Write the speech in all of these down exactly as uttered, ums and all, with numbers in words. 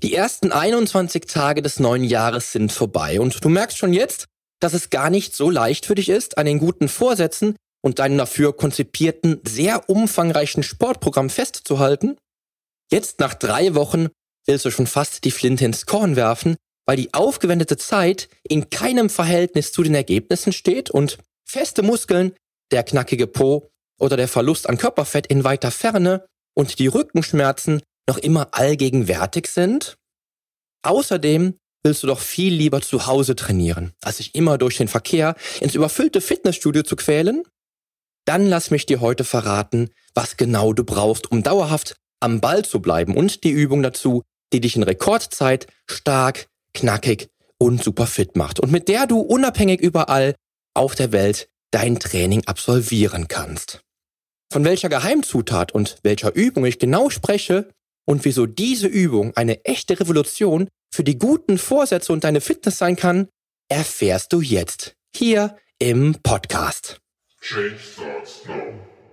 Die ersten einundzwanzig Tage des neuen Jahres sind vorbei und du merkst schon jetzt, dass es gar nicht so leicht für dich ist, an den guten Vorsätzen und deinem dafür konzipierten, sehr umfangreichen Sportprogramm festzuhalten. Jetzt nach drei Wochen willst du schon fast die Flinte ins Korn werfen, weil die aufgewendete Zeit in keinem Verhältnis zu den Ergebnissen steht und feste Muskeln, der knackige Po oder der Verlust an Körperfett in weiter Ferne und die Rückenschmerzen noch immer allgegenwärtig sind? Außerdem willst du doch viel lieber zu Hause trainieren, als dich immer durch den Verkehr ins überfüllte Fitnessstudio zu quälen? Dann lass mich dir heute verraten, was genau du brauchst, um dauerhaft am Ball zu bleiben und die Übung dazu, die dich in Rekordzeit stark, knackig und super fit macht und mit der du unabhängig überall auf der Welt dein Training absolvieren kannst. Von welcher Geheimzutat und welcher Übung ich genau spreche und wieso diese Übung eine echte Revolution für die guten Vorsätze und deine Fitness sein kann, erfährst du jetzt hier im Podcast. Change starts now.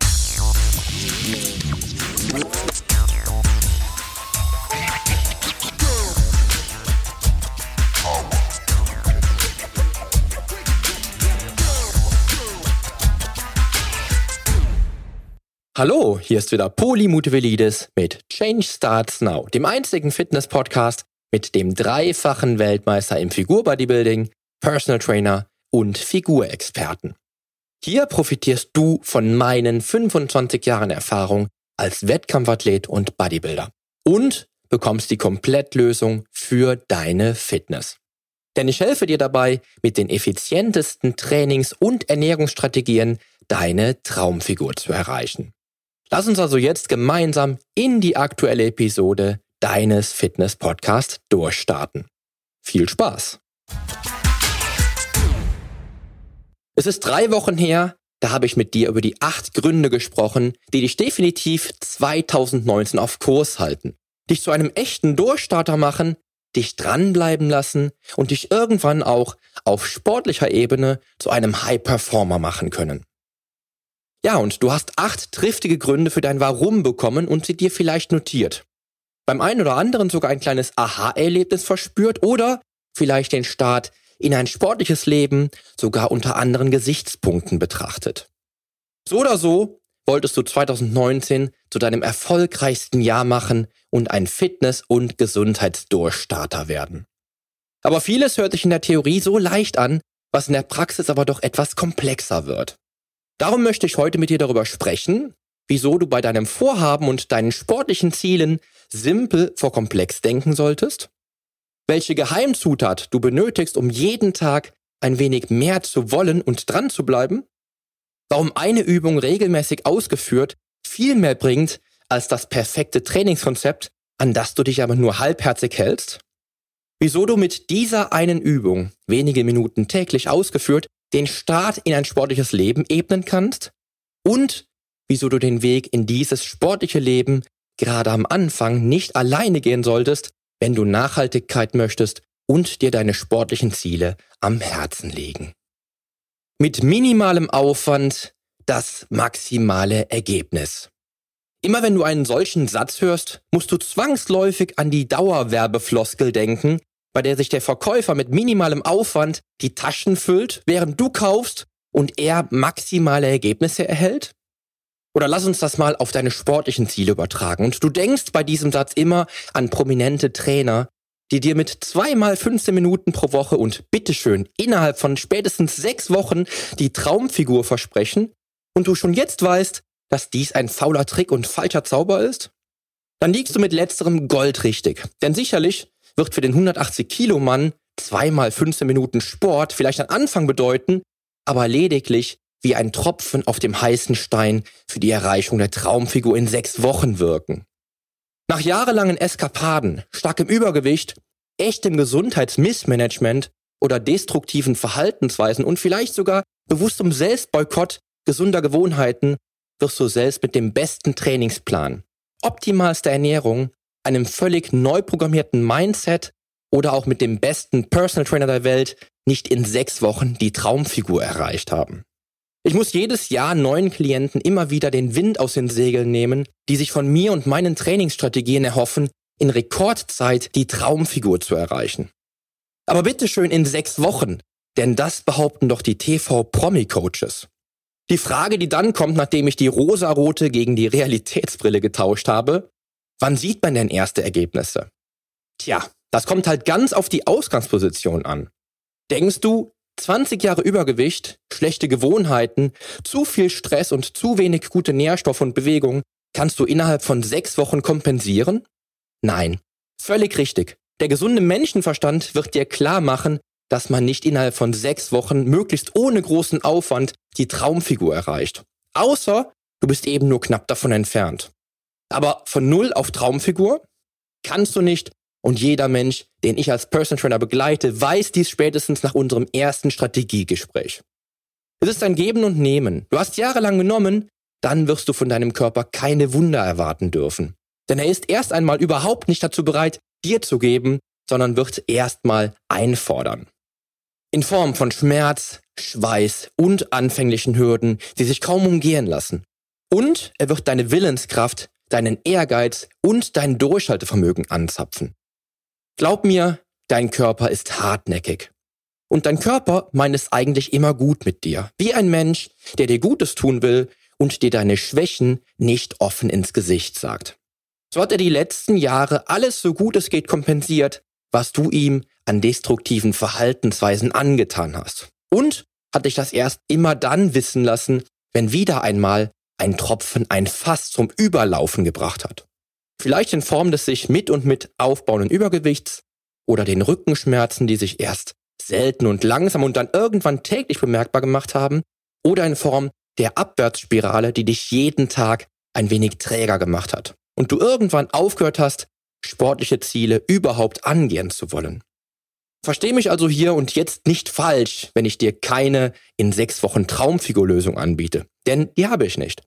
Hallo, hier ist wieder Poli Mutevelidis mit Change Starts Now, dem einzigen Fitness-Podcast mit dem dreifachen Weltmeister im Figur-Bodybuilding, Personal Trainer und Figurexperten. Hier profitierst du von meinen fünfundzwanzig Jahren Erfahrung als Wettkampfathlet und Bodybuilder und bekommst die Komplettlösung für deine Fitness. Denn ich helfe dir dabei, mit den effizientesten Trainings- und Ernährungsstrategien deine Traumfigur zu erreichen. Lass uns also jetzt gemeinsam in die aktuelle Episode deines Fitness-Podcasts durchstarten. Viel Spaß! Es ist drei Wochen her, da habe ich mit dir über die acht Gründe gesprochen, die dich definitiv zwanzig neunzehn auf Kurs halten, dich zu einem echten Durchstarter machen, dich dranbleiben lassen und dich irgendwann auch auf sportlicher Ebene zu einem High-Performer machen können. Ja, und du hast acht triftige Gründe für dein Warum bekommen und sie dir vielleicht notiert. Beim einen oder anderen sogar ein kleines Aha-Erlebnis verspürt oder vielleicht den Start in ein sportliches Leben sogar unter anderen Gesichtspunkten betrachtet. So oder so wolltest du zwanzig neunzehn zu deinem erfolgreichsten Jahr machen und ein Fitness- und Gesundheitsdurchstarter werden. Aber vieles hört sich in der Theorie so leicht an, was in der Praxis aber doch etwas komplexer wird. Darum möchte ich heute mit dir darüber sprechen, wieso du bei deinem Vorhaben und deinen sportlichen Zielen simpel vor komplex denken solltest, welche Geheimzutat du benötigst, um jeden Tag ein wenig mehr zu wollen und dran zu bleiben, warum eine Übung regelmäßig ausgeführt viel mehr bringt als das perfekte Trainingskonzept, an das du dich aber nur halbherzig hältst, wieso du mit dieser einen Übung, wenige Minuten täglich ausgeführt, den Start in ein sportliches Leben ebnen kannst und wieso du den Weg in dieses sportliche Leben gerade am Anfang nicht alleine gehen solltest, wenn du Nachhaltigkeit möchtest und dir deine sportlichen Ziele am Herzen liegen. Mit minimalem Aufwand das maximale Ergebnis. Immer wenn du einen solchen Satz hörst, musst du zwangsläufig an die Dauerwerbefloskel denken, bei der sich der Verkäufer mit minimalem Aufwand die Taschen füllt, während du kaufst und er maximale Ergebnisse erhält? Oder lass uns das mal auf deine sportlichen Ziele übertragen. Und du denkst bei diesem Satz immer an prominente Trainer, die dir mit zweimal fünfzehn Minuten pro Woche und bitteschön innerhalb von spätestens sechs Wochen die Traumfigur versprechen und du schon jetzt weißt, dass dies ein fauler Trick und falscher Zauber ist? Dann liegst du mit letzterem goldrichtig. Denn sicherlich wird für den hundertachtzig Kilo Mann zweimal fünfzehn Minuten Sport vielleicht am Anfang bedeuten, aber lediglich wie ein Tropfen auf dem heißen Stein für die Erreichung der Traumfigur in sechs Wochen wirken. Nach jahrelangen Eskapaden, starkem Übergewicht, echtem Gesundheitsmissmanagement oder destruktiven Verhaltensweisen und vielleicht sogar bewusstem Selbstboykott gesunder Gewohnheiten wirst du selbst mit dem besten Trainingsplan, optimalster Ernährung, einem völlig neu programmierten Mindset oder auch mit dem besten Personal Trainer der Welt nicht in sechs Wochen die Traumfigur erreicht haben. Ich muss jedes Jahr neuen Klienten immer wieder den Wind aus den Segeln nehmen, die sich von mir und meinen Trainingsstrategien erhoffen, in Rekordzeit die Traumfigur zu erreichen. Aber bitteschön in sechs Wochen, denn das behaupten doch die T V-Promi-Coaches. Die Frage, die dann kommt, nachdem ich die rosarote gegen die Realitätsbrille getauscht habe: Wann sieht man denn erste Ergebnisse? Tja, das kommt halt ganz auf die Ausgangsposition an. Denkst du, zwanzig Jahre Übergewicht, schlechte Gewohnheiten, zu viel Stress und zu wenig gute Nährstoffe und Bewegung kannst du innerhalb von sechs Wochen kompensieren? Nein, völlig richtig. Der gesunde Menschenverstand wird dir klar machen, dass man nicht innerhalb von sechs Wochen möglichst ohne großen Aufwand die Traumfigur erreicht. Außer du bist eben nur knapp davon entfernt. Aber von null auf Traumfigur kannst du nicht, und jeder Mensch, den ich als Personal Trainer begleite, weiß dies spätestens nach unserem ersten Strategiegespräch. Es ist ein Geben und Nehmen. Du hast jahrelang genommen, dann wirst du von deinem Körper keine Wunder erwarten dürfen. Denn er ist erst einmal überhaupt nicht dazu bereit, dir zu geben, sondern wird erstmal einfordern. In Form von Schmerz, Schweiß und anfänglichen Hürden, die sich kaum umgehen lassen. Und er wird deine Willenskraft, deinen Ehrgeiz und dein Durchhaltevermögen anzapfen. Glaub mir, dein Körper ist hartnäckig. Und dein Körper meint es eigentlich immer gut mit dir. Wie ein Mensch, der dir Gutes tun will und dir deine Schwächen nicht offen ins Gesicht sagt. So hat er die letzten Jahre alles so gut es geht kompensiert, was du ihm an destruktiven Verhaltensweisen angetan hast. Und hat dich das erst immer dann wissen lassen, wenn wieder einmal ein Tropfen ein Fass zum Überlaufen gebracht hat. Vielleicht in Form des sich mit und mit aufbauenden Übergewichts oder den Rückenschmerzen, die sich erst selten und langsam und dann irgendwann täglich bemerkbar gemacht haben, oder in Form der Abwärtsspirale, die dich jeden Tag ein wenig träger gemacht hat und du irgendwann aufgehört hast, sportliche Ziele überhaupt angehen zu wollen. Versteh mich also hier und jetzt nicht falsch, wenn ich dir keine in sechs Wochen Traumfigurlösung anbiete, denn die habe ich nicht.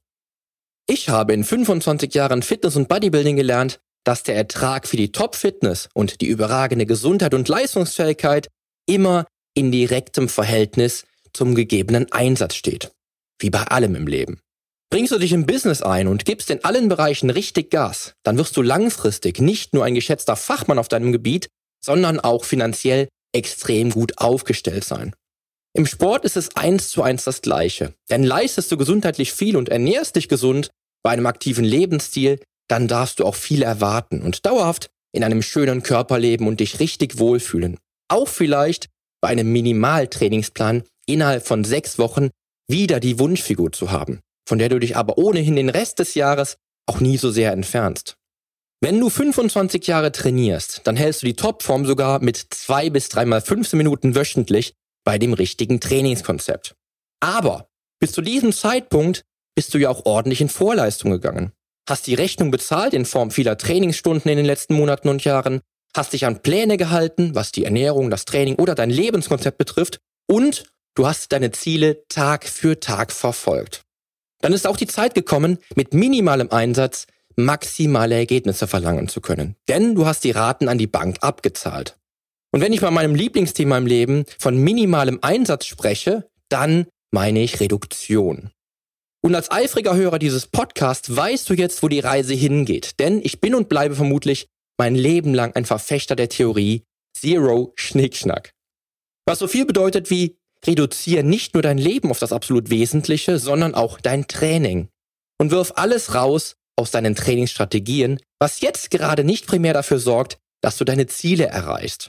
Ich habe in fünfundzwanzig Jahren Fitness und Bodybuilding gelernt, dass der Ertrag für die Top-Fitness und die überragende Gesundheit und Leistungsfähigkeit immer in direktem Verhältnis zum gegebenen Einsatz steht. Wie bei allem im Leben. Bringst du dich im Business ein und gibst in allen Bereichen richtig Gas, dann wirst du langfristig nicht nur ein geschätzter Fachmann auf deinem Gebiet, sondern auch finanziell extrem gut aufgestellt sein. Im Sport ist es eins zu eins das Gleiche. Denn leistest du gesundheitlich viel und ernährst dich gesund bei einem aktiven Lebensstil, dann darfst du auch viel erwarten und dauerhaft in einem schönen Körper leben und dich richtig wohlfühlen. Auch vielleicht bei einem Minimaltrainingsplan innerhalb von sechs Wochen wieder die Wunschfigur zu haben, von der du dich aber ohnehin den Rest des Jahres auch nie so sehr entfernst. Wenn du fünfundzwanzig Jahre trainierst, dann hältst du die Topform sogar mit zwei bis dreimal fünfzehn Minuten wöchentlich bei dem richtigen Trainingskonzept. Aber bis zu diesem Zeitpunkt bist du ja auch ordentlich in Vorleistung gegangen. Hast die Rechnung bezahlt in Form vieler Trainingsstunden in den letzten Monaten und Jahren, hast dich an Pläne gehalten, was die Ernährung, das Training oder dein Lebenskonzept betrifft und du hast deine Ziele Tag für Tag verfolgt. Dann ist auch die Zeit gekommen, mit minimalem Einsatz maximale Ergebnisse verlangen zu können. Denn du hast die Raten an die Bank abgezahlt. Und wenn ich bei meinem Lieblingsthema im Leben von minimalem Einsatz spreche, dann meine ich Reduktion. Und als eifriger Hörer dieses Podcasts weißt du jetzt, wo die Reise hingeht. Denn ich bin und bleibe vermutlich mein Leben lang ein Verfechter der Theorie Zero Schnickschnack. Was so viel bedeutet wie: reduziere nicht nur dein Leben auf das absolut Wesentliche, sondern auch dein Training. Und wirf alles raus aus deinen Trainingsstrategien, was jetzt gerade nicht primär dafür sorgt, dass du deine Ziele erreichst.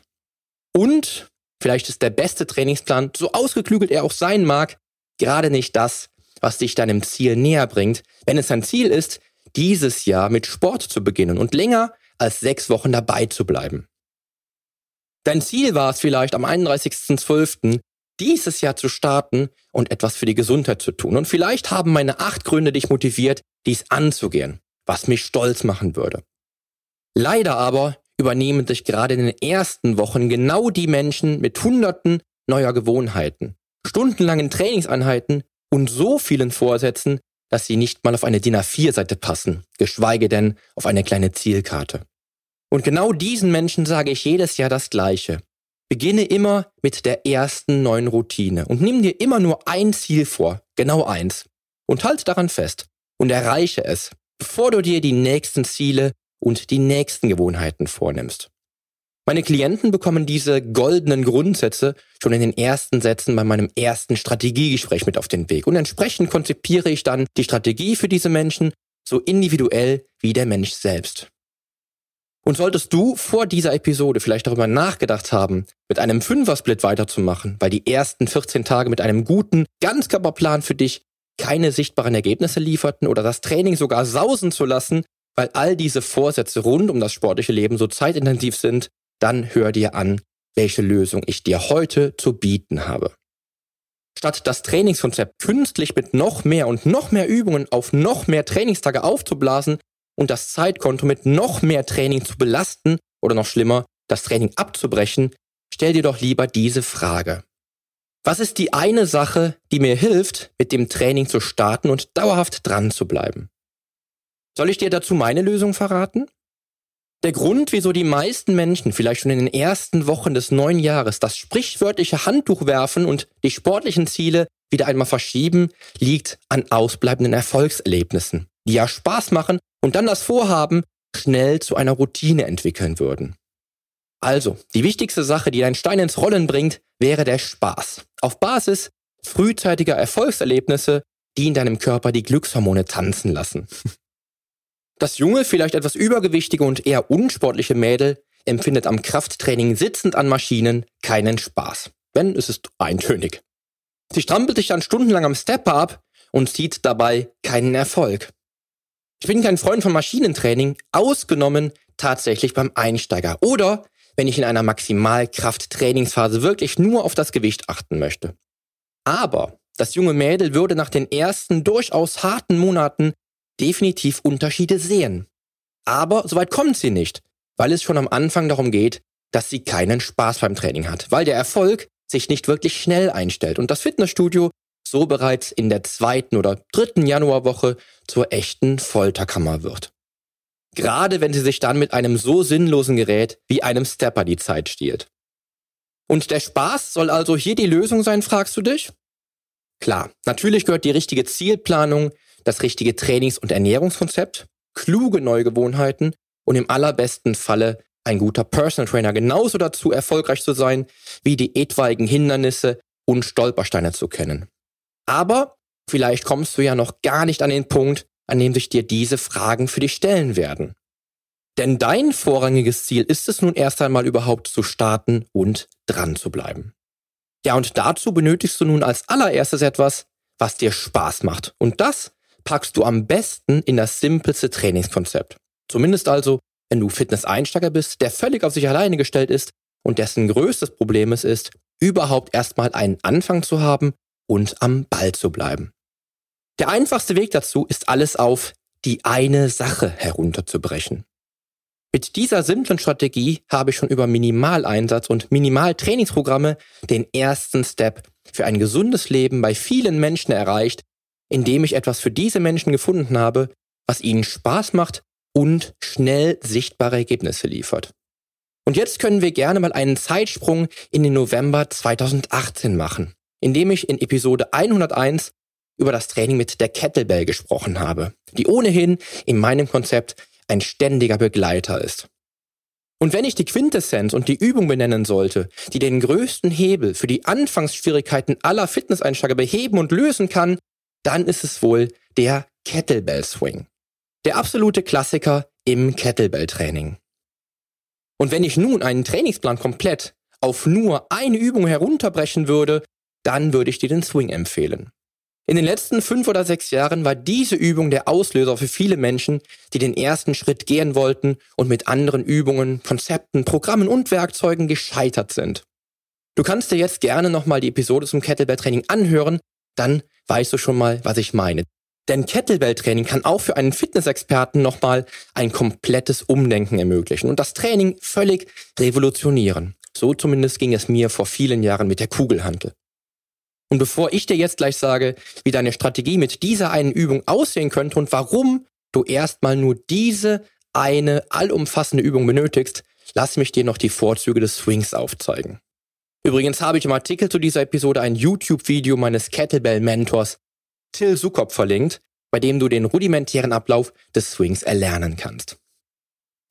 Und vielleicht ist der beste Trainingsplan, so ausgeklügelt er auch sein mag, gerade nicht das, was dich deinem Ziel näher bringt, wenn es dein Ziel ist, dieses Jahr mit Sport zu beginnen und länger als sechs Wochen dabei zu bleiben. Dein Ziel war es vielleicht am einunddreißigsten zwölften dieses Jahr zu starten und etwas für die Gesundheit zu tun. Und vielleicht haben meine acht Gründe dich motiviert, dies anzugehen, was mich stolz machen würde. Leider aber übernehmen dich gerade in den ersten Wochen genau die Menschen mit Hunderten neuer Gewohnheiten, stundenlangen Trainingseinheiten und so vielen Vorsätzen, dass sie nicht mal auf eine D I N A vier Seite passen, geschweige denn auf eine kleine Zielkarte. Und genau diesen Menschen sage ich jedes Jahr das Gleiche. Beginne immer mit der ersten neuen Routine und nimm dir immer nur ein Ziel vor, genau eins, und halte daran fest und erreiche es, bevor du dir die nächsten Ziele und die nächsten Gewohnheiten vornimmst. Meine Klienten bekommen diese goldenen Grundsätze schon in den ersten Sätzen bei meinem ersten Strategiegespräch mit auf den Weg. Und entsprechend konzipiere ich dann die Strategie für diese Menschen so individuell wie der Mensch selbst. Und solltest du vor dieser Episode vielleicht darüber nachgedacht haben, mit einem Fünfer-Split weiterzumachen, weil die ersten vierzehn Tage mit einem guten Ganzkörperplan für dich keine sichtbaren Ergebnisse lieferten oder das Training sogar sausen zu lassen, weil all diese Vorsätze rund um das sportliche Leben so zeitintensiv sind, dann hör dir an, welche Lösung ich dir heute zu bieten habe. Statt das Trainingskonzept künstlich mit noch mehr und noch mehr Übungen auf noch mehr Trainingstage aufzublasen und das Zeitkonto mit noch mehr Training zu belasten oder noch schlimmer, das Training abzubrechen, stell dir doch lieber diese Frage. Was ist die eine Sache, die mir hilft, mit dem Training zu starten und dauerhaft dran zu bleiben? Soll ich dir dazu meine Lösung verraten? Der Grund, wieso die meisten Menschen vielleicht schon in den ersten Wochen des neuen Jahres das sprichwörtliche Handtuch werfen und die sportlichen Ziele wieder einmal verschieben, liegt an ausbleibenden Erfolgserlebnissen, die ja Spaß machen und dann das Vorhaben schnell zu einer Routine entwickeln würden. Also, die wichtigste Sache, die deinen Stein ins Rollen bringt, wäre der Spaß. Auf Basis frühzeitiger Erfolgserlebnisse, die in deinem Körper die Glückshormone tanzen lassen. Das junge, vielleicht etwas übergewichtige und eher unsportliche Mädel empfindet am Krafttraining sitzend an Maschinen keinen Spaß, wenn es ist eintönig. Sie strampelt sich dann stundenlang am Step-Up und sieht dabei keinen Erfolg. Ich bin kein Freund von Maschinentraining, ausgenommen tatsächlich beim Einsteiger oder wenn ich in einer Maximalkraft-Trainingsphase wirklich nur auf das Gewicht achten möchte. Aber das junge Mädel würde nach den ersten durchaus harten Monaten definitiv Unterschiede sehen. Aber soweit kommt sie nicht, weil es schon am Anfang darum geht, dass sie keinen Spaß beim Training hat, weil der Erfolg sich nicht wirklich schnell einstellt und das Fitnessstudio so bereits in der zweiten oder dritten Januarwoche zur echten Folterkammer wird. Gerade wenn sie sich dann mit einem so sinnlosen Gerät wie einem Stepper die Zeit stiehlt. Und der Spaß soll also hier die Lösung sein, fragst du dich? Klar, natürlich gehört die richtige Zielplanung, das richtige Trainings- und Ernährungskonzept, kluge Neugewohnheiten und im allerbesten Falle ein guter Personal Trainer genauso dazu, erfolgreich zu sein, wie die etwaigen Hindernisse und Stolpersteine zu kennen. Aber vielleicht kommst du ja noch gar nicht an den Punkt, an dem sich dir diese Fragen für dich stellen werden. Denn dein vorrangiges Ziel ist es nun erst einmal überhaupt zu starten und dran zu bleiben. Ja, und dazu benötigst du nun als allererstes etwas, was dir Spaß macht. Und das packst du am besten in das simpelste Trainingskonzept. Zumindest also, wenn du Fitness-Einsteiger bist, der völlig auf sich alleine gestellt ist und dessen größtes Problem es ist, überhaupt erstmal einen Anfang zu haben und am Ball zu bleiben. Der einfachste Weg dazu ist, alles auf die eine Sache herunterzubrechen. Mit dieser simplen Strategie habe ich schon über Minimaleinsatz und Minimaltrainingsprogramme den ersten Step für ein gesundes Leben bei vielen Menschen erreicht, indem ich etwas für diese Menschen gefunden habe, was ihnen Spaß macht und schnell sichtbare Ergebnisse liefert. Und jetzt können wir gerne mal einen Zeitsprung in den November zweitausendachtzehn machen, indem ich in Episode hunderteins über das Training mit der Kettlebell gesprochen habe, die ohnehin in meinem Konzept ein ständiger Begleiter ist. Und wenn ich die Quintessenz und die Übung benennen sollte, die den größten Hebel für die Anfangsschwierigkeiten aller Fitnesseinsteiger beheben und lösen kann, dann ist es wohl der Kettlebell Swing. Der absolute Klassiker im Kettlebell-Training. Und wenn ich nun einen Trainingsplan komplett auf nur eine Übung herunterbrechen würde, dann würde ich dir den Swing empfehlen. In den letzten fünf oder sechs Jahren war diese Übung der Auslöser für viele Menschen, die den ersten Schritt gehen wollten und mit anderen Übungen, Konzepten, Programmen und Werkzeugen gescheitert sind. Du kannst dir jetzt gerne nochmal die Episode zum Kettlebell-Training anhören, dann weißt du schon mal, was ich meine. Denn Kettlebell-Training kann auch für einen Fitnessexperten nochmal ein komplettes Umdenken ermöglichen und das Training völlig revolutionieren. So zumindest ging es mir vor vielen Jahren mit der Kugelhantel. Und bevor ich dir jetzt gleich sage, wie deine Strategie mit dieser einen Übung aussehen könnte und warum du erstmal nur diese eine allumfassende Übung benötigst, lass mich dir noch die Vorzüge des Swings aufzeigen. Übrigens habe ich im Artikel zu dieser Episode ein YouTube-Video meines Kettlebell-Mentors Till Sukop verlinkt, bei dem du den rudimentären Ablauf des Swings erlernen kannst.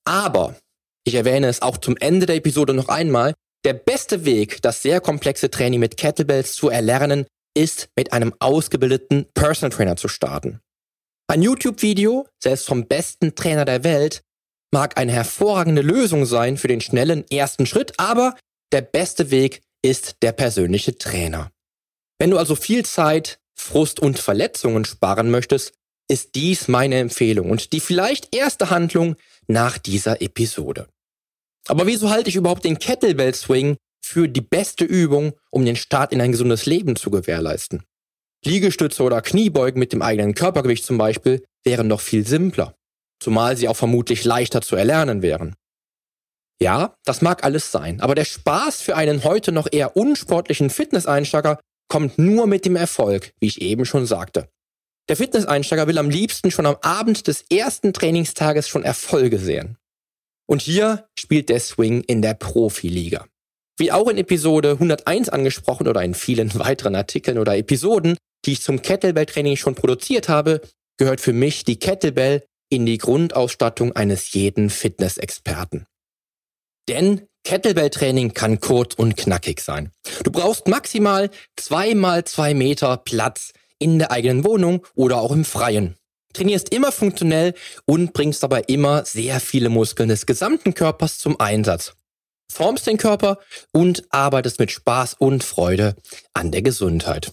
Aber, ich erwähne es auch zum Ende der Episode noch einmal, der beste Weg, das sehr komplexe Training mit Kettlebells zu erlernen, ist mit einem ausgebildeten Personal Trainer zu starten. Ein YouTube-Video, selbst vom besten Trainer der Welt, mag eine hervorragende Lösung sein für den schnellen ersten Schritt, aber der beste Weg ist der persönliche Trainer. Wenn du also viel Zeit, Frust und Verletzungen sparen möchtest, ist dies meine Empfehlung und die vielleicht erste Handlung nach dieser Episode. Aber wieso halte ich überhaupt den Kettlebell Swing für die beste Übung, um den Start in ein gesundes Leben zu gewährleisten? Liegestütze oder Kniebeugen mit dem eigenen Körpergewicht zum Beispiel wären doch viel simpler, zumal sie auch vermutlich leichter zu erlernen wären. Ja, das mag alles sein, aber der Spaß für einen heute noch eher unsportlichen Fitnesseinsteiger kommt nur mit dem Erfolg, wie ich eben schon sagte. Der Fitnesseinsteiger will am liebsten schon am Abend des ersten Trainingstages schon Erfolge sehen. Und hier spielt der Swing in der Profiliga. Wie auch in Episode hunderteins angesprochen oder in vielen weiteren Artikeln oder Episoden, die ich zum Kettlebell-Training schon produziert habe, gehört für mich die Kettlebell in die Grundausstattung eines jeden Fitnessexperten. Denn Kettlebell-Training kann kurz und knackig sein. Du brauchst maximal zwei mal zwei Meter Platz in der eigenen Wohnung oder auch im Freien. Trainierst immer funktionell und bringst dabei immer sehr viele Muskeln des gesamten Körpers zum Einsatz. Formst den Körper und arbeitest mit Spaß und Freude an der Gesundheit.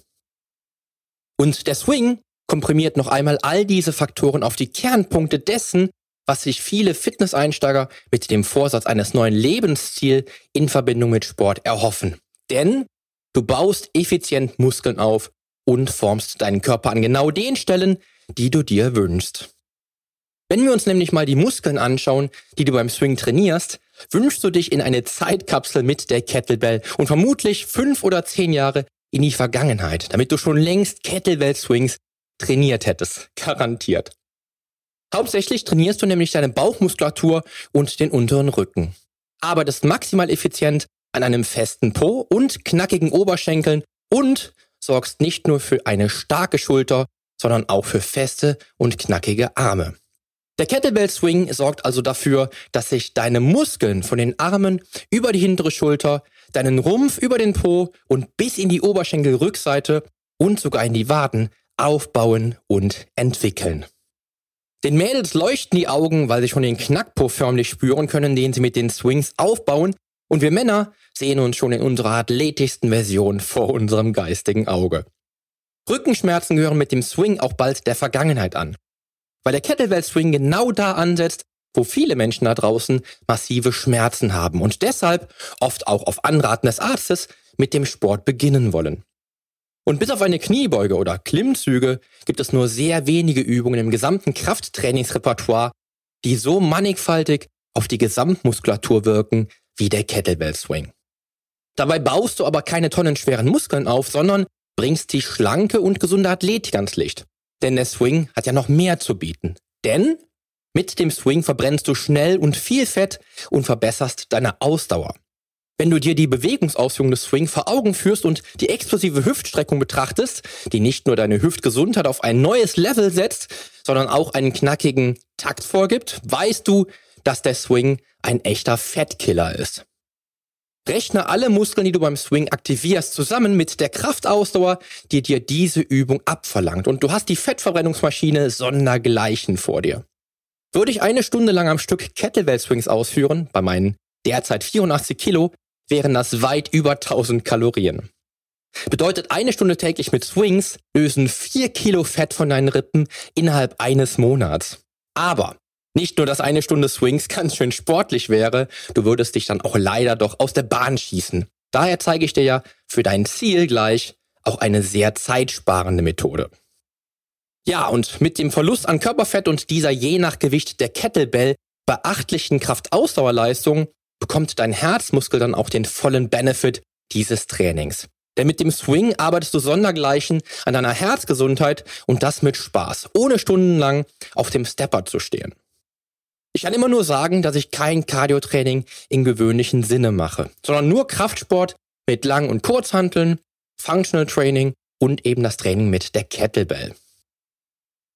Und der Swing komprimiert noch einmal all diese Faktoren auf die Kernpunkte dessen, was sich viele Fitnesseinsteiger mit dem Vorsatz eines neuen Lebensstils in Verbindung mit Sport erhoffen. Denn du baust effizient Muskeln auf und formst deinen Körper an genau den Stellen, die du dir wünschst. Wenn wir uns nämlich mal die Muskeln anschauen, die du beim Swing trainierst, wünschst du dich in eine Zeitkapsel mit der Kettlebell und vermutlich fünf oder zehn Jahre in die Vergangenheit, damit du schon längst Kettlebell-Swings trainiert hättest. Garantiert. Hauptsächlich trainierst du nämlich deine Bauchmuskulatur und den unteren Rücken. Arbeitest maximal effizient an einem festen Po und knackigen Oberschenkeln und sorgst nicht nur für eine starke Schulter, sondern auch für feste und knackige Arme. Der Kettlebell Swing sorgt also dafür, dass sich deine Muskeln von den Armen über die hintere Schulter, deinen Rumpf über den Po und bis in die Oberschenkelrückseite und sogar in die Waden aufbauen und entwickeln. Den Mädels leuchten die Augen, weil sie schon den Knackpo förmlich spüren können, den sie mit den Swings aufbauen. Und wir Männer sehen uns schon in unserer athletischsten Version vor unserem geistigen Auge. Rückenschmerzen gehören mit dem Swing auch bald der Vergangenheit an. Weil der Kettlebell Swing genau da ansetzt, wo viele Menschen da draußen massive Schmerzen haben und deshalb, oft auch auf Anraten des Arztes, mit dem Sport beginnen wollen. Und bis auf eine Kniebeuge oder Klimmzüge gibt es nur sehr wenige Übungen im gesamten Krafttrainingsrepertoire, die so mannigfaltig auf die Gesamtmuskulatur wirken wie der Kettlebell Swing. Dabei baust du aber keine tonnenschweren Muskeln auf, sondern bringst die schlanke und gesunde Athletik ans Licht. Denn der Swing hat ja noch mehr zu bieten. Denn mit dem Swing verbrennst du schnell und viel Fett und verbesserst deine Ausdauer. Wenn du dir die Bewegungsausführung des Swing vor Augen führst und die explosive Hüftstreckung betrachtest, die nicht nur deine Hüftgesundheit auf ein neues Level setzt, sondern auch einen knackigen Takt vorgibt, weißt du, dass der Swing ein echter Fettkiller ist. Rechne alle Muskeln, die du beim Swing aktivierst, zusammen mit der Kraftausdauer, die dir diese Übung abverlangt. Und du hast die Fettverbrennungsmaschine sondergleichen vor dir. Würde ich eine Stunde lang am Stück Kettlebell-Swings ausführen, bei meinen derzeit vierundachtzig Kilo, wären das weit über tausend Kalorien. Bedeutet, eine Stunde täglich mit Swings lösen vier Kilo Fett von deinen Rippen innerhalb eines Monats. Aber nicht nur, dass eine Stunde Swings ganz schön sportlich wäre, du würdest dich dann auch leider doch aus der Bahn schießen. Daher zeige ich dir ja für dein Ziel gleich auch eine sehr zeitsparende Methode. Ja, und mit dem Verlust an Körperfett und dieser je nach Gewicht der Kettlebell beachtlichen Kraftausdauerleistung bekommt dein Herzmuskel dann auch den vollen Benefit dieses Trainings. Denn mit dem Swing arbeitest du sondergleichen an deiner Herzgesundheit und das mit Spaß, ohne stundenlang auf dem Stepper zu stehen. Ich kann immer nur sagen, dass ich kein Cardio-Training im gewöhnlichen Sinne mache, sondern nur Kraftsport mit Lang- und Kurzhanteln, Functional Training und eben das Training mit der Kettlebell.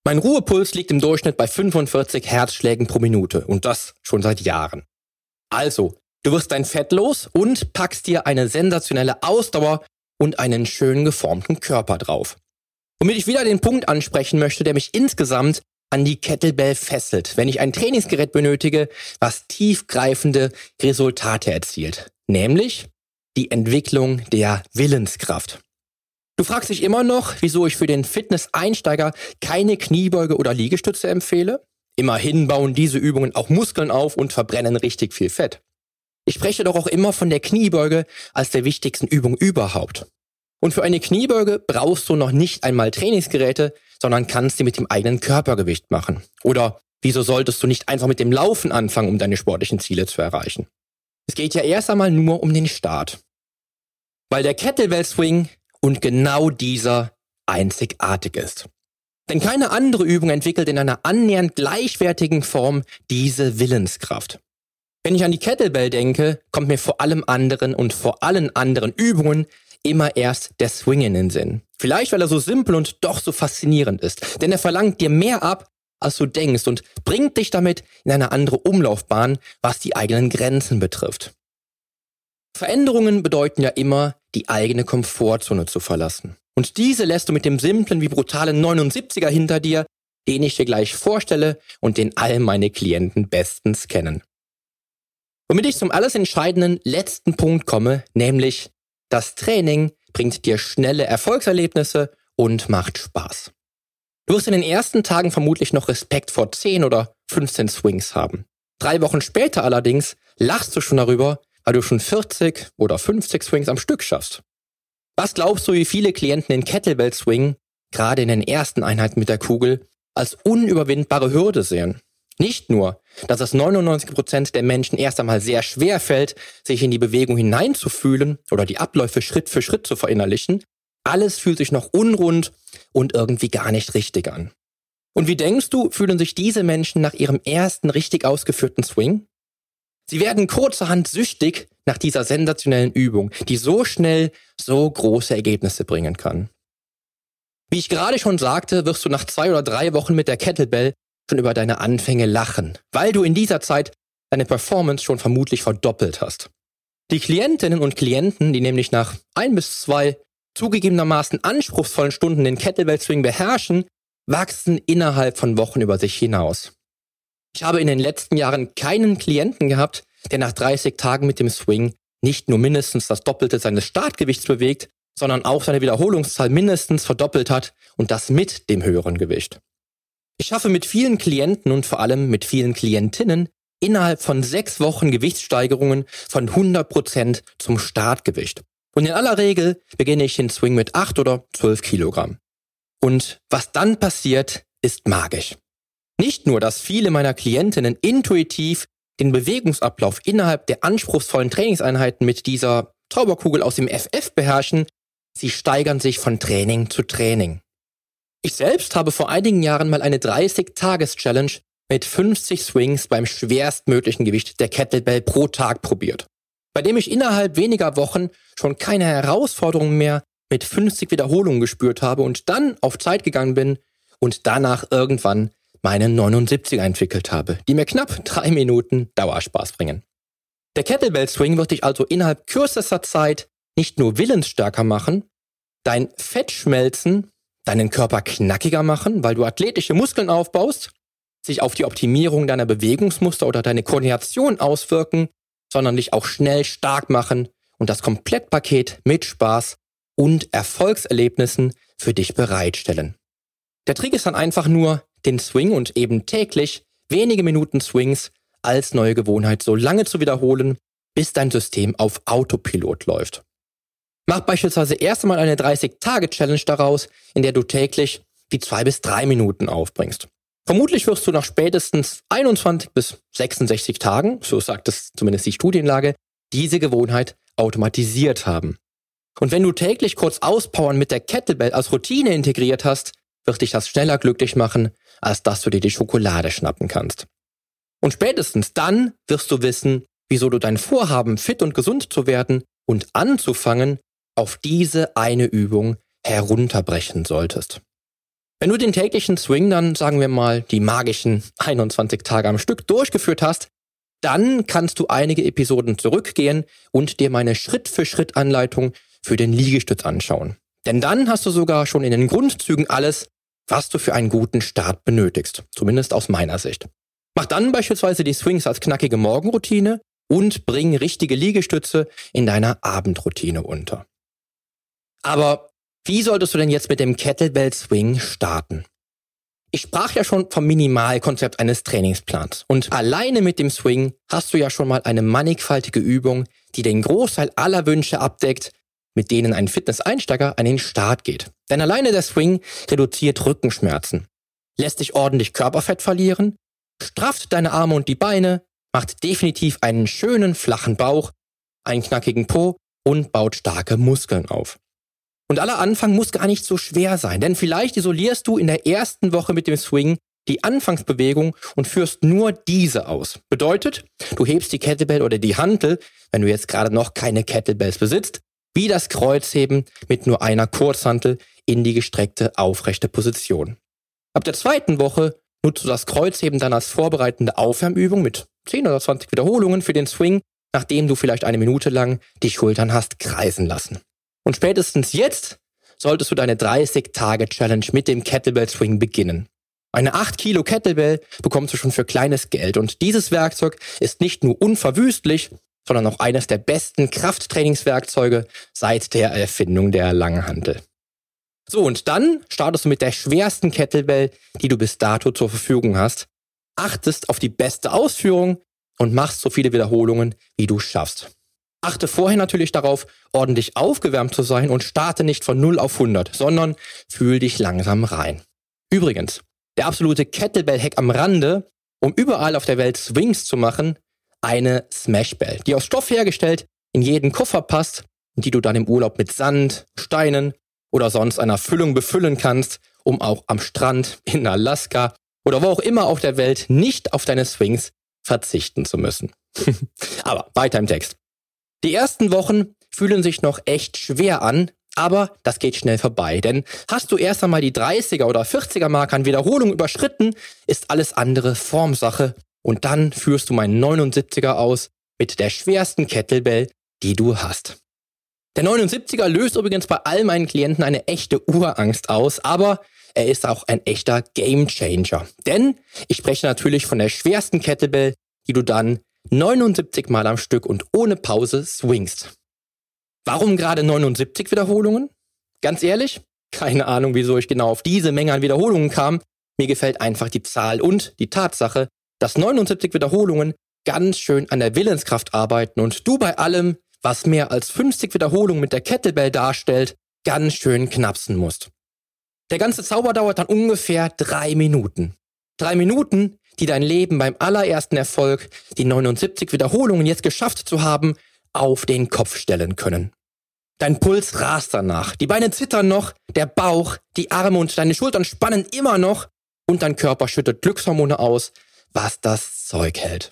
Mein Ruhepuls liegt im Durchschnitt bei fünfundvierzig Herzschlägen pro Minute und das schon seit Jahren. Also, du wirst dein Fett los und packst dir eine sensationelle Ausdauer und einen schön geformten Körper drauf. Womit ich wieder den Punkt ansprechen möchte, der mich insgesamt an die Kettlebell fesselt, wenn ich ein Trainingsgerät benötige, was tiefgreifende Resultate erzielt, nämlich die Entwicklung der Willenskraft. Du fragst dich immer noch, wieso ich für den Fitness-Einsteiger keine Kniebeuge oder Liegestütze empfehle? Immerhin bauen diese Übungen auch Muskeln auf und verbrennen richtig viel Fett. Ich spreche doch auch immer von der Kniebeuge als der wichtigsten Übung überhaupt. Und für eine Kniebeuge brauchst du noch nicht einmal Trainingsgeräte, sondern kannst sie mit dem eigenen Körpergewicht machen. Oder wieso solltest du nicht einfach mit dem Laufen anfangen, um deine sportlichen Ziele zu erreichen? Es geht ja erst einmal nur um den Start. Weil der Kettlebell Swing und genau dieser einzigartig ist. Denn keine andere Übung entwickelt in einer annähernd gleichwertigen Form diese Willenskraft. Wenn ich an die Kettlebell denke, kommt mir vor allem anderen und vor allen anderen Übungen immer erst der Swing in den Sinn. Vielleicht, weil er so simpel und doch so faszinierend ist. Denn er verlangt dir mehr ab, als du denkst und bringt dich damit in eine andere Umlaufbahn, was die eigenen Grenzen betrifft. Veränderungen bedeuten ja immer, die eigene Komfortzone zu verlassen. Und diese lässt du mit dem simplen wie brutalen neunundsiebziger hinter dir, den ich dir gleich vorstelle und den all meine Klienten bestens kennen. Womit ich zum alles entscheidenden letzten Punkt komme, nämlich das Training bringt dir schnelle Erfolgserlebnisse und macht Spaß. Du wirst in den ersten Tagen vermutlich noch Respekt vor zehn oder fünfzehn Swings haben. Drei Wochen später allerdings lachst du schon darüber, weil du schon vierzig oder fünfzig Swings am Stück schaffst. Was glaubst du, wie viele Klienten den Kettlebell Swing, gerade in den ersten Einheiten mit der Kugel, als unüberwindbare Hürde sehen? Nicht nur, dass es neunundneunzig Prozent der Menschen erst einmal sehr schwer fällt, sich in die Bewegung hineinzufühlen oder die Abläufe Schritt für Schritt zu verinnerlichen, alles fühlt sich noch unrund und irgendwie gar nicht richtig an. Und wie denkst du, fühlen sich diese Menschen nach ihrem ersten richtig ausgeführten Swing? Sie werden kurzerhand süchtig nach dieser sensationellen Übung, die so schnell so große Ergebnisse bringen kann. Wie ich gerade schon sagte, wirst du nach zwei oder drei Wochen mit der Kettlebell schon über deine Anfänge lachen, weil du in dieser Zeit deine Performance schon vermutlich verdoppelt hast. Die Klientinnen und Klienten, die nämlich nach ein bis zwei zugegebenermaßen anspruchsvollen Stunden den Kettlebell Swing beherrschen, wachsen innerhalb von Wochen über sich hinaus. Ich habe in den letzten Jahren keinen Klienten gehabt, der nach dreißig Tagen mit dem Swing nicht nur mindestens das Doppelte seines Startgewichts bewegt, sondern auch seine Wiederholungszahl mindestens verdoppelt hat und das mit dem höheren Gewicht. Ich schaffe mit vielen Klienten und vor allem mit vielen Klientinnen innerhalb von sechs Wochen Gewichtssteigerungen von hundert Prozent zum Startgewicht. Und in aller Regel beginne ich den Swing mit acht oder zwölf Kilogramm. Und was dann passiert, ist magisch. Nicht nur, dass viele meiner Klientinnen intuitiv den Bewegungsablauf innerhalb der anspruchsvollen Trainingseinheiten mit dieser Zauberkugel aus dem F F beherrschen, sie steigern sich von Training zu Training. Ich selbst habe vor einigen Jahren mal eine dreißig-Tages-Challenge mit fünfzig Swings beim schwerstmöglichen Gewicht der Kettlebell pro Tag probiert, bei dem ich innerhalb weniger Wochen schon keine Herausforderung mehr mit fünfzig Wiederholungen gespürt habe und dann auf Zeit gegangen bin und danach irgendwann meinen neunundsiebziger entwickelt habe, die mir knapp drei Minuten Dauerspaß bringen. Der Kettlebell Swing wird dich also innerhalb kürzester Zeit nicht nur willensstärker machen, dein Fett schmelzen, deinen Körper knackiger machen, weil du athletische Muskeln aufbaust, sich auf die Optimierung deiner Bewegungsmuster oder deine Koordination auswirken, sondern dich auch schnell stark machen und das Komplettpaket mit Spaß und Erfolgserlebnissen für dich bereitstellen. Der Trick ist dann einfach nur, den Swing und eben täglich wenige Minuten Swings als neue Gewohnheit so lange zu wiederholen, bis dein System auf Autopilot läuft. Mach beispielsweise erst einmal eine dreißig-Tage-Challenge daraus, in der du täglich die zwei bis drei Minuten aufbringst. Vermutlich wirst du nach spätestens einundzwanzig bis sechsundsechzig Tagen, so sagt es zumindest die Studienlage, diese Gewohnheit automatisiert haben. Und wenn du täglich kurz auspowern mit der Kettlebell als Routine integriert hast, wird dich das schneller glücklich machen, als dass du dir die Schokolade schnappen kannst. Und spätestens dann wirst du wissen, wieso du dein Vorhaben, fit und gesund zu werden und anzufangen, auf diese eine Übung herunterbrechen solltest. Wenn du den täglichen Swing dann, sagen wir mal, die magischen einundzwanzig Tage am Stück durchgeführt hast, dann kannst du einige Episoden zurückgehen und dir meine Schritt-für-Schritt-Anleitung für den Liegestütz anschauen. Denn dann hast du sogar schon in den Grundzügen alles, was du für einen guten Start benötigst. Zumindest aus meiner Sicht. Mach dann beispielsweise die Swings als knackige Morgenroutine und bring richtige Liegestütze in deiner Abendroutine unter. Aber wie solltest du denn jetzt mit dem Kettlebell Swing starten? Ich sprach ja schon vom Minimalkonzept eines Trainingsplans. Und alleine mit dem Swing hast du ja schon mal eine mannigfaltige Übung, die den Großteil aller Wünsche abdeckt, mit denen ein Fitness-Einsteiger an den Start geht. Denn alleine der Swing reduziert Rückenschmerzen, lässt dich ordentlich Körperfett verlieren, strafft deine Arme und die Beine, macht definitiv einen schönen flachen Bauch, einen knackigen Po und baut starke Muskeln auf. Und aller Anfang muss gar nicht so schwer sein, denn vielleicht isolierst du in der ersten Woche mit dem Swing die Anfangsbewegung und führst nur diese aus. Bedeutet, du hebst die Kettlebell oder die Hantel, wenn du jetzt gerade noch keine Kettlebells besitzt, wie das Kreuzheben mit nur einer Kurzhantel in die gestreckte, aufrechte Position. Ab der zweiten Woche nutzt du das Kreuzheben dann als vorbereitende Aufwärmübung mit zehn oder zwanzig Wiederholungen für den Swing, nachdem du vielleicht eine Minute lang die Schultern hast kreisen lassen. Und spätestens jetzt solltest du deine dreißig-Tage-Challenge mit dem Kettlebell Swing beginnen. Eine acht Kilo Kettlebell bekommst du schon für kleines Geld und dieses Werkzeug ist nicht nur unverwüstlich, sondern auch eines der besten Krafttrainingswerkzeuge seit der Erfindung der Langhantel. So, und dann startest du mit der schwersten Kettlebell, die du bis dato zur Verfügung hast, achtest auf die beste Ausführung und machst so viele Wiederholungen, wie du schaffst. Achte vorher natürlich darauf, ordentlich aufgewärmt zu sein und starte nicht von null auf hundert, sondern fühl dich langsam rein. Übrigens, der absolute Kettlebell-Hack am Rande, um überall auf der Welt Swings zu machen, eine Smashbell, die aus Stoff hergestellt in jeden Koffer passt und die du dann im Urlaub mit Sand, Steinen oder sonst einer Füllung befüllen kannst, um auch am Strand in Alaska oder wo auch immer auf der Welt nicht auf deine Swings verzichten zu müssen. Aber weiter im Text. Die ersten Wochen fühlen sich noch echt schwer an, aber das geht schnell vorbei, denn hast du erst einmal die dreißiger oder vierziger Marke an Wiederholung überschritten, ist alles andere Formsache und dann führst du meinen neunundsiebziger aus mit der schwersten Kettlebell, die du hast. Der neunundsiebziger löst übrigens bei all meinen Klienten eine echte Urangst aus, aber er ist auch ein echter Gamechanger, denn ich spreche natürlich von der schwersten Kettlebell, die du dann neunundsiebzig Mal am Stück und ohne Pause swingst. Warum gerade neunundsiebzig Wiederholungen? Ganz ehrlich, keine Ahnung, wieso ich genau auf diese Menge an Wiederholungen kam. Mir gefällt einfach die Zahl und die Tatsache, dass neunundsiebzig Wiederholungen ganz schön an der Willenskraft arbeiten und du bei allem, was mehr als fünfzig Wiederholungen mit der Kettlebell darstellt, ganz schön knapsen musst. Der ganze Zauber dauert dann ungefähr drei Minuten. Drei Minuten, die dein Leben beim allerersten Erfolg, die neunundsiebzig Wiederholungen jetzt geschafft zu haben, auf den Kopf stellen können. Dein Puls rast danach, die Beine zittern noch, der Bauch, die Arme und deine Schultern spannen immer noch und dein Körper schüttet Glückshormone aus, was das Zeug hält.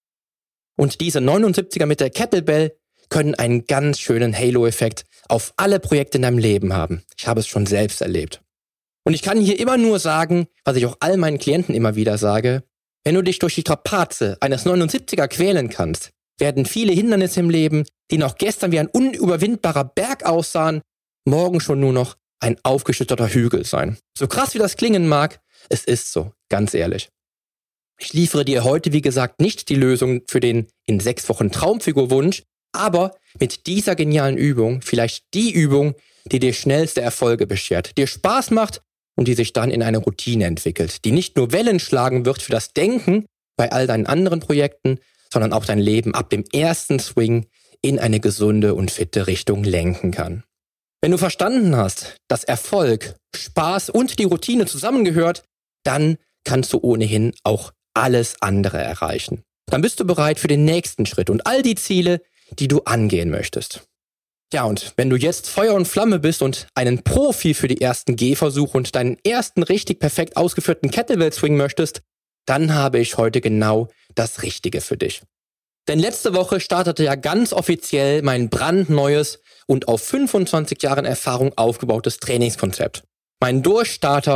Und diese neunundsiebziger mit der Kettlebell können einen ganz schönen Halo-Effekt auf alle Projekte in deinem Leben haben. Ich habe es schon selbst erlebt. Und ich kann hier immer nur sagen, was ich auch all meinen Klienten immer wieder sage, wenn du dich durch die Strapaze eines neunundsiebziger quälen kannst, werden viele Hindernisse im Leben, die noch gestern wie ein unüberwindbarer Berg aussahen, morgen schon nur noch ein aufgeschütteter Hügel sein. So krass wie das klingen mag, es ist so, ganz ehrlich. Ich liefere dir heute, wie gesagt, nicht die Lösung für den in sechs Wochen Traumfigurwunsch, aber mit dieser genialen Übung vielleicht die Übung, die dir schnellste Erfolge beschert, dir Spaß macht und die sich dann in eine Routine entwickelt, die nicht nur Wellen schlagen wird für das Denken bei all deinen anderen Projekten, sondern auch dein Leben ab dem ersten Swing in eine gesunde und fitte Richtung lenken kann. Wenn du verstanden hast, dass Erfolg, Spaß und die Routine zusammengehört, dann kannst du ohnehin auch alles andere erreichen. Dann bist du bereit für den nächsten Schritt und all die Ziele, die du angehen möchtest. Ja, und wenn du jetzt Feuer und Flamme bist und einen Profi für die ersten Gehversuche und deinen ersten richtig perfekt ausgeführten Kettlebell-Swing möchtest, dann habe ich heute genau das Richtige für dich. Denn letzte Woche startete ja ganz offiziell mein brandneues und auf fünfundzwanzig Jahren Erfahrung aufgebautes Trainingskonzept. Mein Durchstarter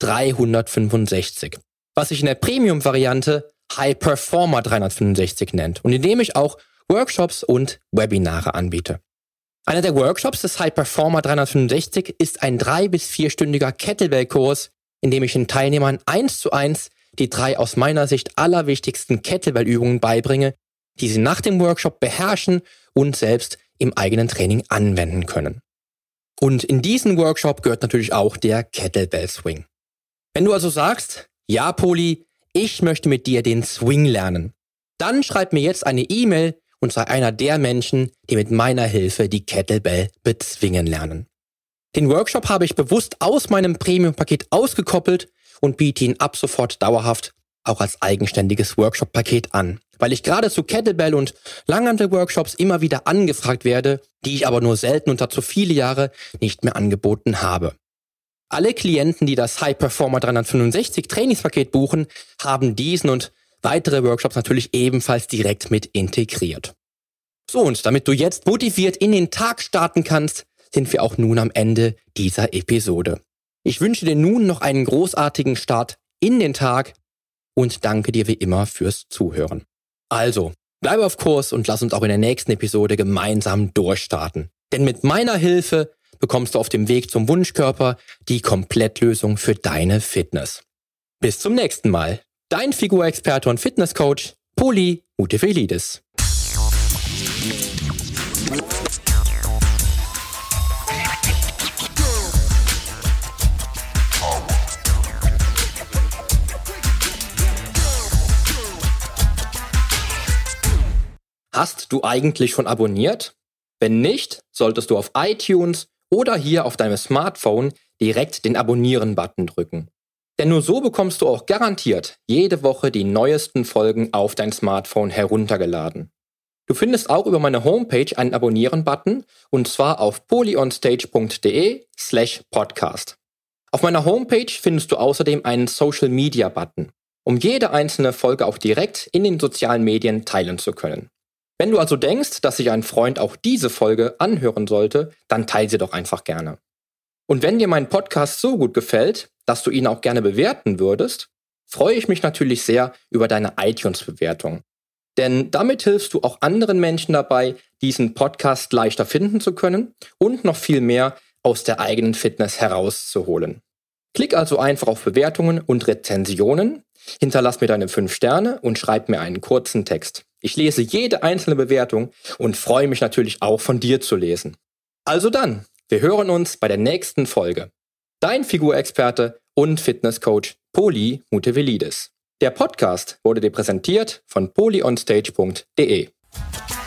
dreihundertfünfundsechzig, was sich in der Premium-Variante High Performer dreihundertfünfundsechzig nennt und in dem ich auch Workshops und Webinare anbiete. Einer der Workshops des High Performer dreihundertfünfundsechzig ist ein drei- bis vierstündiger Kettlebell-Kurs, in dem ich den Teilnehmern eins zu eins die drei aus meiner Sicht allerwichtigsten Kettlebell-Übungen beibringe, die sie nach dem Workshop beherrschen und selbst im eigenen Training anwenden können. Und in diesen Workshop gehört natürlich auch der Kettlebell Swing. Wenn du also sagst, ja Poli, ich möchte mit dir den Swing lernen, dann schreib mir jetzt eine E-Mail und sei einer der Menschen, die mit meiner Hilfe die Kettlebell bezwingen lernen. Den Workshop habe ich bewusst aus meinem Premium-Paket ausgekoppelt und biete ihn ab sofort dauerhaft auch als eigenständiges Workshop-Paket an, weil ich gerade zu Kettlebell- und Langhantel-Workshops immer wieder angefragt werde, die ich aber nur selten und dazu viele Jahre nicht mehr angeboten habe. Alle Klienten, die das High Performer dreihundertfünfundsechzig Trainingspaket buchen, haben diesen und weitere Workshops natürlich ebenfalls direkt mit integriert. So, und damit du jetzt motiviert in den Tag starten kannst, sind wir auch nun am Ende dieser Episode. Ich wünsche dir nun noch einen großartigen Start in den Tag und danke dir wie immer fürs Zuhören. Also, bleibe auf Kurs und lass uns auch in der nächsten Episode gemeinsam durchstarten. Denn mit meiner Hilfe bekommst du auf dem Weg zum Wunschkörper die Komplettlösung für deine Fitness. Bis zum nächsten Mal. Dein Figurexperte und Fitnesscoach, Poli Mutevelidis. Hast du eigentlich schon abonniert? Wenn nicht, solltest du auf iTunes oder hier auf deinem Smartphone direkt den Abonnieren-Button drücken. Denn nur so bekommst du auch garantiert jede Woche die neuesten Folgen auf dein Smartphone heruntergeladen. Du findest auch über meine Homepage einen Abonnieren-Button und zwar auf polyonstage.de slash podcast. Auf meiner Homepage findest du außerdem einen Social-Media-Button, um jede einzelne Folge auch direkt in den sozialen Medien teilen zu können. Wenn du also denkst, dass sich ein Freund auch diese Folge anhören sollte, dann teile sie doch einfach gerne. Und wenn dir mein Podcast so gut gefällt, dass du ihn auch gerne bewerten würdest, freue ich mich natürlich sehr über deine iTunes-Bewertung. Denn damit hilfst du auch anderen Menschen dabei, diesen Podcast leichter finden zu können und noch viel mehr aus der eigenen Fitness herauszuholen. Klick also einfach auf Bewertungen und Rezensionen, hinterlass mir deine fünf Sterne und schreib mir einen kurzen Text. Ich lese jede einzelne Bewertung und freue mich natürlich auch von dir zu lesen. Also dann, wir hören uns bei der nächsten Folge. Dein Figurexperte und Fitnesscoach Poli Mutevelidis. Der Podcast wurde dir präsentiert von polyonstage punkt de.